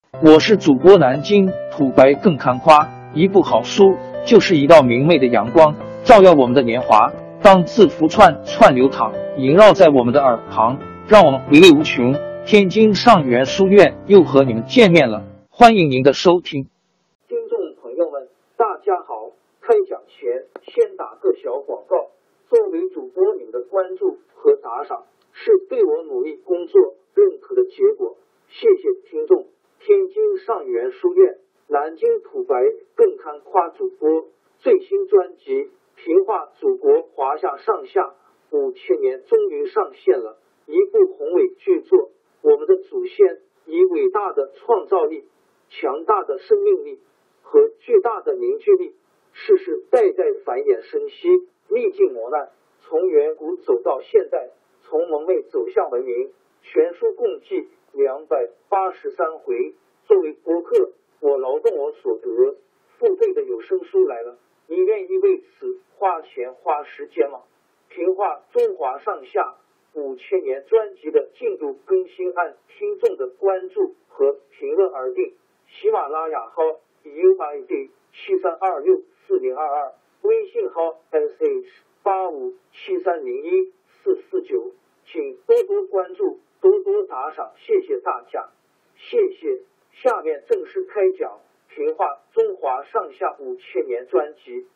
我是主播南京土白更看花，一部好书就是一道明媚的阳光，照耀我们的年华。当字符串串流淌，萦绕在我们的耳旁，让我们回味无穷。天津上元书院又和你们见面了，欢迎您的收听。 听众朋友们，大家好！开讲前先打个小广告。作为主播，你们的关注和打赏是对我努力工作认可的结果，谢谢听众。天津上元书院、南京土白更看花主播最新专辑《平话祖国华夏上下5000年》终于上线了，一部宏伟巨作。我们的祖先以伟大的创造力、强大的生命力和巨大的凝聚力，世世代代繁衍生息，历尽磨难，从远古走到现代，从蒙昧走向文明。全书共计283回。作为播客，我劳动我所得，付费的有声书来了，你愿意为此花钱花时间吗？评话中华上下5000年专辑的进度更新按听众的关注和评论而定。喜马拉雅号 UID 73264022，微信号 SH857301449，请多多关注，多多打赏，谢谢大家，谢谢。下面正式开讲评话中华上下5000年专辑。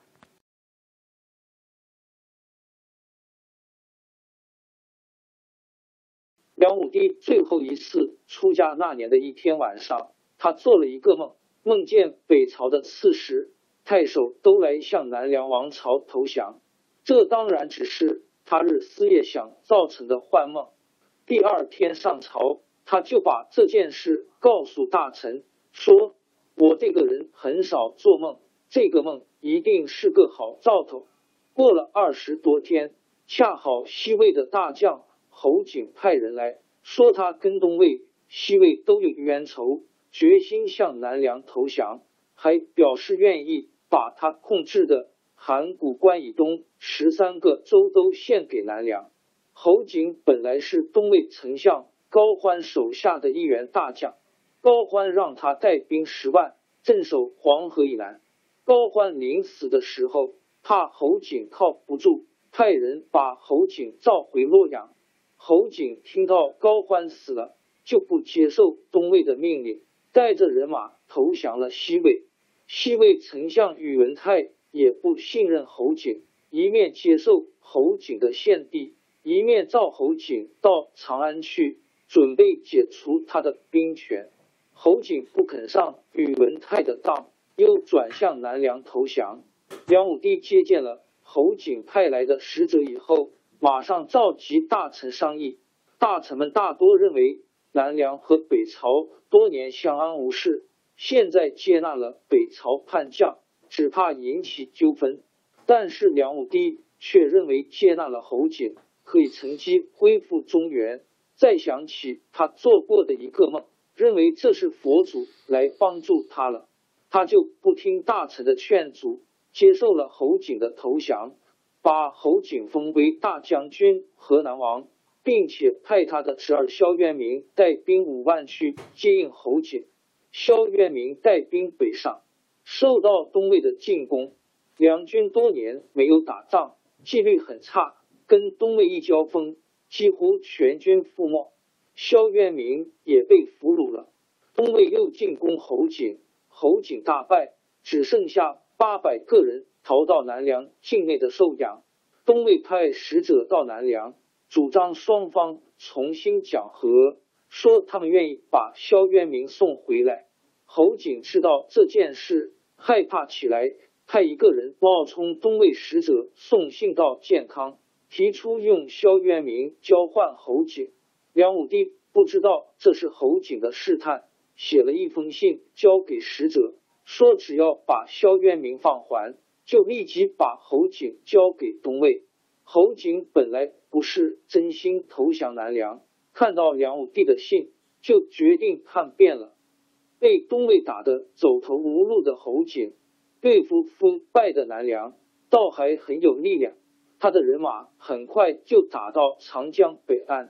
梁武帝最后一次出家那年的一天晚上，他做了一个梦，梦见北朝的刺史、太守都来向南梁王朝投降。这当然只是他日思夜想造成的幻梦。第二天上朝，他就把这件事告诉大臣，说我这个人很少做梦，这个梦一定是个好兆头。过了20多天，恰好西魏的大将侯景派人来说，他跟东魏、西魏都有冤仇，决心向南梁投降，还表示愿意把他控制的函谷关以东13个州都献给南梁。侯景本来是东魏丞相高欢手下的一员大将，高欢让他带兵10万镇守黄河以南。高欢临死的时候，怕侯景靠不住，派人把侯景召回洛阳。侯景听到高欢死了，就不接受东魏的命令，带着人马投降了西魏。西魏丞相宇文泰也不信任侯景，一面接受侯景的献帝，一面召侯景到长安去，准备解除他的兵权。侯景不肯上宇文泰的当，又转向南梁投降。梁武帝接见了侯景派来的使者以后，马上召集大臣商议。大臣们大多认为南梁和北朝多年相安无事，现在接纳了北朝叛将，只怕引起纠纷。但是梁武帝却认为接纳了侯景可以乘机恢复中原。再想起他做过的一个梦，认为这是佛祖来帮助他了，他就不听大臣的劝阻，接受了侯景的投降，把侯景封为大将军、河南王，并且派他的侄儿萧渊明带兵5万去接应侯景。萧渊明带兵北上，受到东魏的进攻，两军多年没有打仗，纪律很差，跟东魏一交锋，几乎全军覆没，萧渊明也被俘虏了。东魏又进攻侯景，侯景大败，只剩下800个人逃到南梁境内的寿阳。东魏派使者到南梁，主张双方重新讲和，说他们愿意把萧渊明送回来。侯景知道这件事，害怕起来，派一个人冒充东魏使者送信到建康，提出用萧渊明交换侯景。梁武帝不知道这是侯景的试探，写了一封信交给使者，说只要把萧渊明放还，就立即把侯景交给东魏。侯景本来不是真心投降南梁，看到梁武帝的信，就决定叛变了。被东魏打得走投无路的侯景，对付腐败的南梁，倒还很有力量。他的人马很快就打到长江北岸，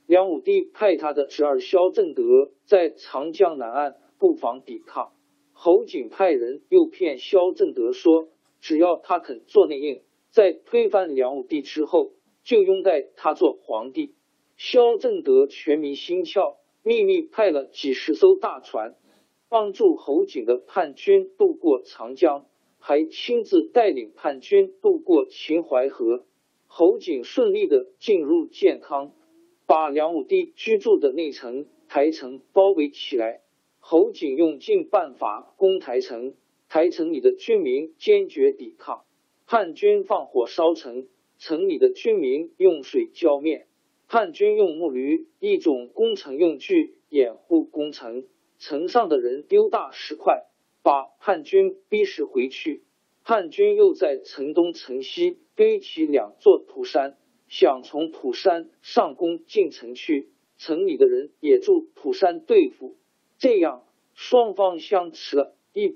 梁武帝派他的侄儿萧正德在长江南岸布防抵抗。侯景派人诱骗萧正德说，只要他肯做内应，在推翻梁武帝之后，就拥戴他做皇帝。萧正德全民心窍，秘密派了几十艘大船，帮助侯景的叛军渡过长江，还亲自带领叛军渡过秦淮河。侯景顺利地进入建康，把梁武帝居住的内城台城包围起来。侯景用尽办法攻台城，台城里的军民坚决抵抗，叛军放火烧城，城里的军民用水浇灭。叛军用木驴，一种工程用具，掩护攻城，城上的人丢大石块，把叛军逼使回去。叛军又在城东城西堆起2座土山，想从土山上攻进城去，城里的人也助土山对付。这样双方相持了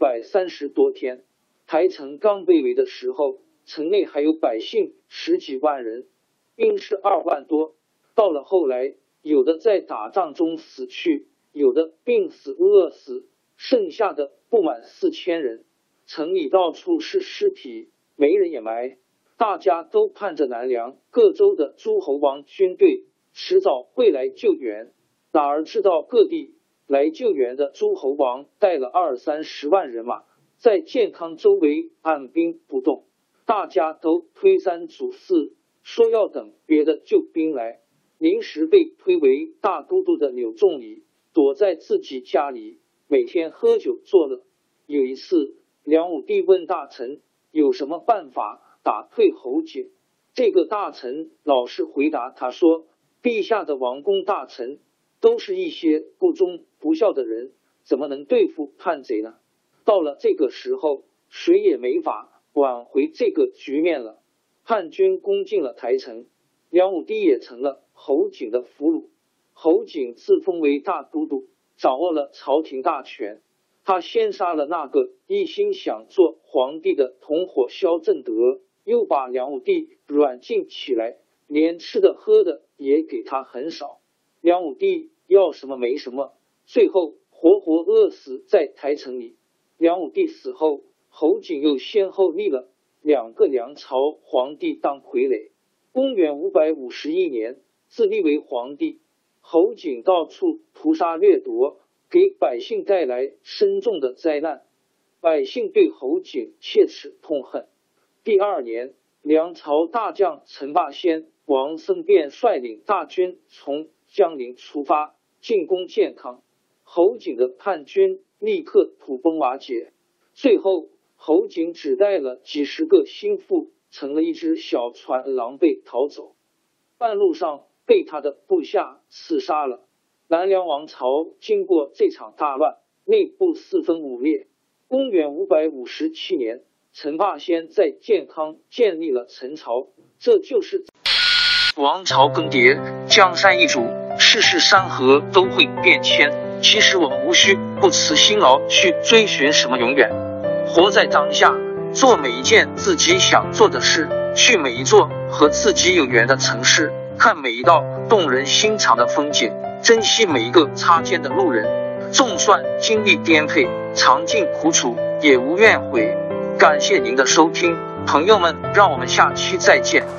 130多天。台城刚被围的时候，城内还有百姓10几万人，兵士2万多。到了后来，有的在打仗中死去，有的病死饿死，剩下的不满4000人。城里到处是尸体，没人掩埋，大家都盼着南梁各州的诸侯王军队迟早会来救援。哪儿知道各地来救援的诸侯王带了20-30万人马，在建康周围按兵不动，大家都推三阻四，说要等别的救兵来。临时被推为大都督的柳仲礼躲在自己家里，每天喝酒作乐。有一次，梁武帝问大臣有什么办法打退侯景，这个大臣老实回答他说，陛下的王公大臣都是一些不忠不孝的人，怎么能对付叛贼呢？到了这个时候，谁也没法挽回这个局面了。叛军攻进了台城，梁武帝也成了侯景的俘虏。侯景自封为大都督，掌握了朝廷大权。他先杀了那个一心想做皇帝的同伙萧正德，又把梁武帝软禁起来，连吃的喝的也给他很少。梁武帝要什么没什么，最后活活饿死在台城里。梁武帝死后，侯景又先后立了2个梁朝皇帝当傀儡。公元551年，自立为皇帝。侯景到处屠杀掠夺，给百姓带来深重的灾难，百姓对侯景切齿痛恨。第2年，梁朝大将陈霸先、王僧辩率领大军从江陵出发，进攻建康。侯景的叛军立刻土崩瓦解。最后，侯景只带了几十个心腹，乘了一只小船狼狈逃走，半路上被他的部下刺杀了。南梁王朝经过这场大乱，内部四分五裂。公元557年，陈霸先在建康建立了陈朝，这就是王朝更迭，江山易主，世事山河都会变迁。其实我们无需不辞辛劳去追寻什么永远，活在当下，做每一件自己想做的事，去每一座和自己有缘的城市，看每一道动人心肠的风景，珍惜每一个擦肩的路人。纵算经历颠沛，尝尽苦楚，也无怨悔。感谢您的收听，朋友们，让我们下期再见。